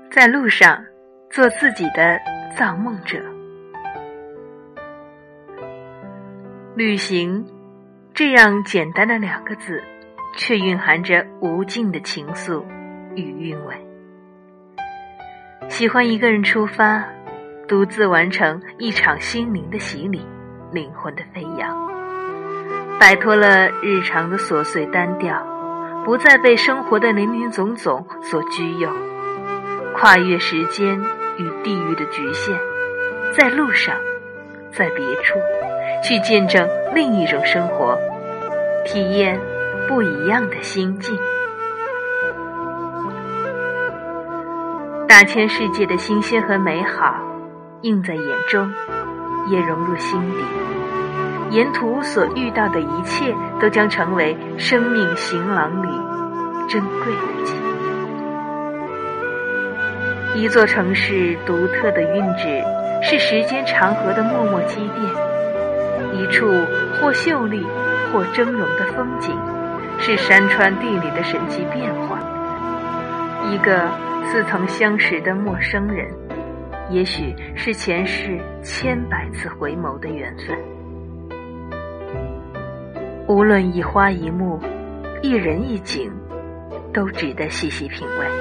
在路上做自己的造梦者。旅行这样简单的2个字，却蕴含着无尽的情愫与韵味。喜欢一个人出发，独自完成一场心灵的洗礼，灵魂的飞扬，摆脱了日常的琐碎单调，不再被生活的林林总总所拘有，跨越时间与地域的局限，在路上，在别处，去见证另一种生活，体验不一样的心境。大千世界的新鲜和美好，映在眼中，也融入心底。沿途所遇到的一切，都将成为生命行囊里珍贵的记忆。一座城市独特的韵致，是时间长河的默默积淀；一处或秀丽或峥嵘的风景，是山川地理的神奇变化。一个似曾相识的陌生人，也许是前世千百次回眸的缘分。无论一花一木，一人一景，都值得细细品味。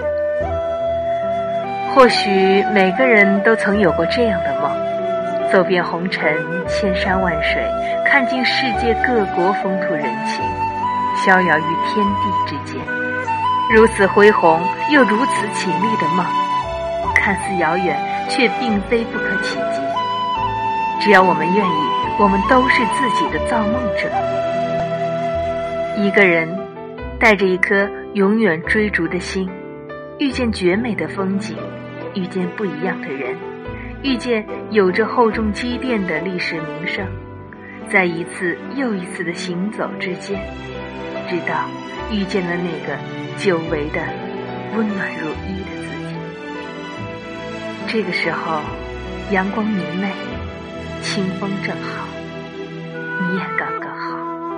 或许每个人都曾有过这样的梦，走遍红尘千山万水，看尽世界各国风土人情，逍遥于天地之间。如此恢宏又如此绮丽的梦，看似遥远，却并非不可企及。只要我们愿意，我们都是自己的造梦者。一个人带着一颗永远追逐的心，遇见绝美的风景，遇见不一样的人，遇见有着厚重积淀的历史名胜，在一次又一次的行走之间，直到遇见了那个久违的温暖如一的自己。这个时候，阳光明媚，清风正好，你也刚刚好。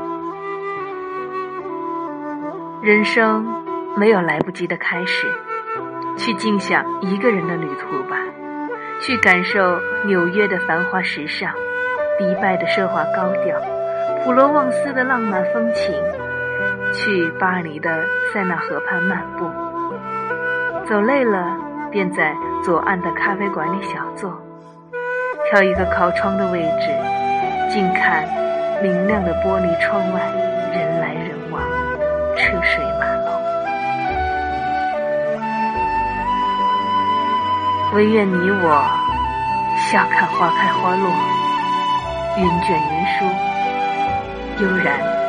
人生没有来不及的开始，去尽享一个人的旅途吧，去感受纽约的繁华时尚，迪拜的奢华高调，普罗旺斯的浪漫风情，去巴黎的塞纳河畔漫步，走累了便在左岸的咖啡馆里小坐，挑一个靠窗的位置，静看明亮的玻璃窗外人来人往，车水马龙。唯愿你我笑看花开花落，云卷云舒，悠然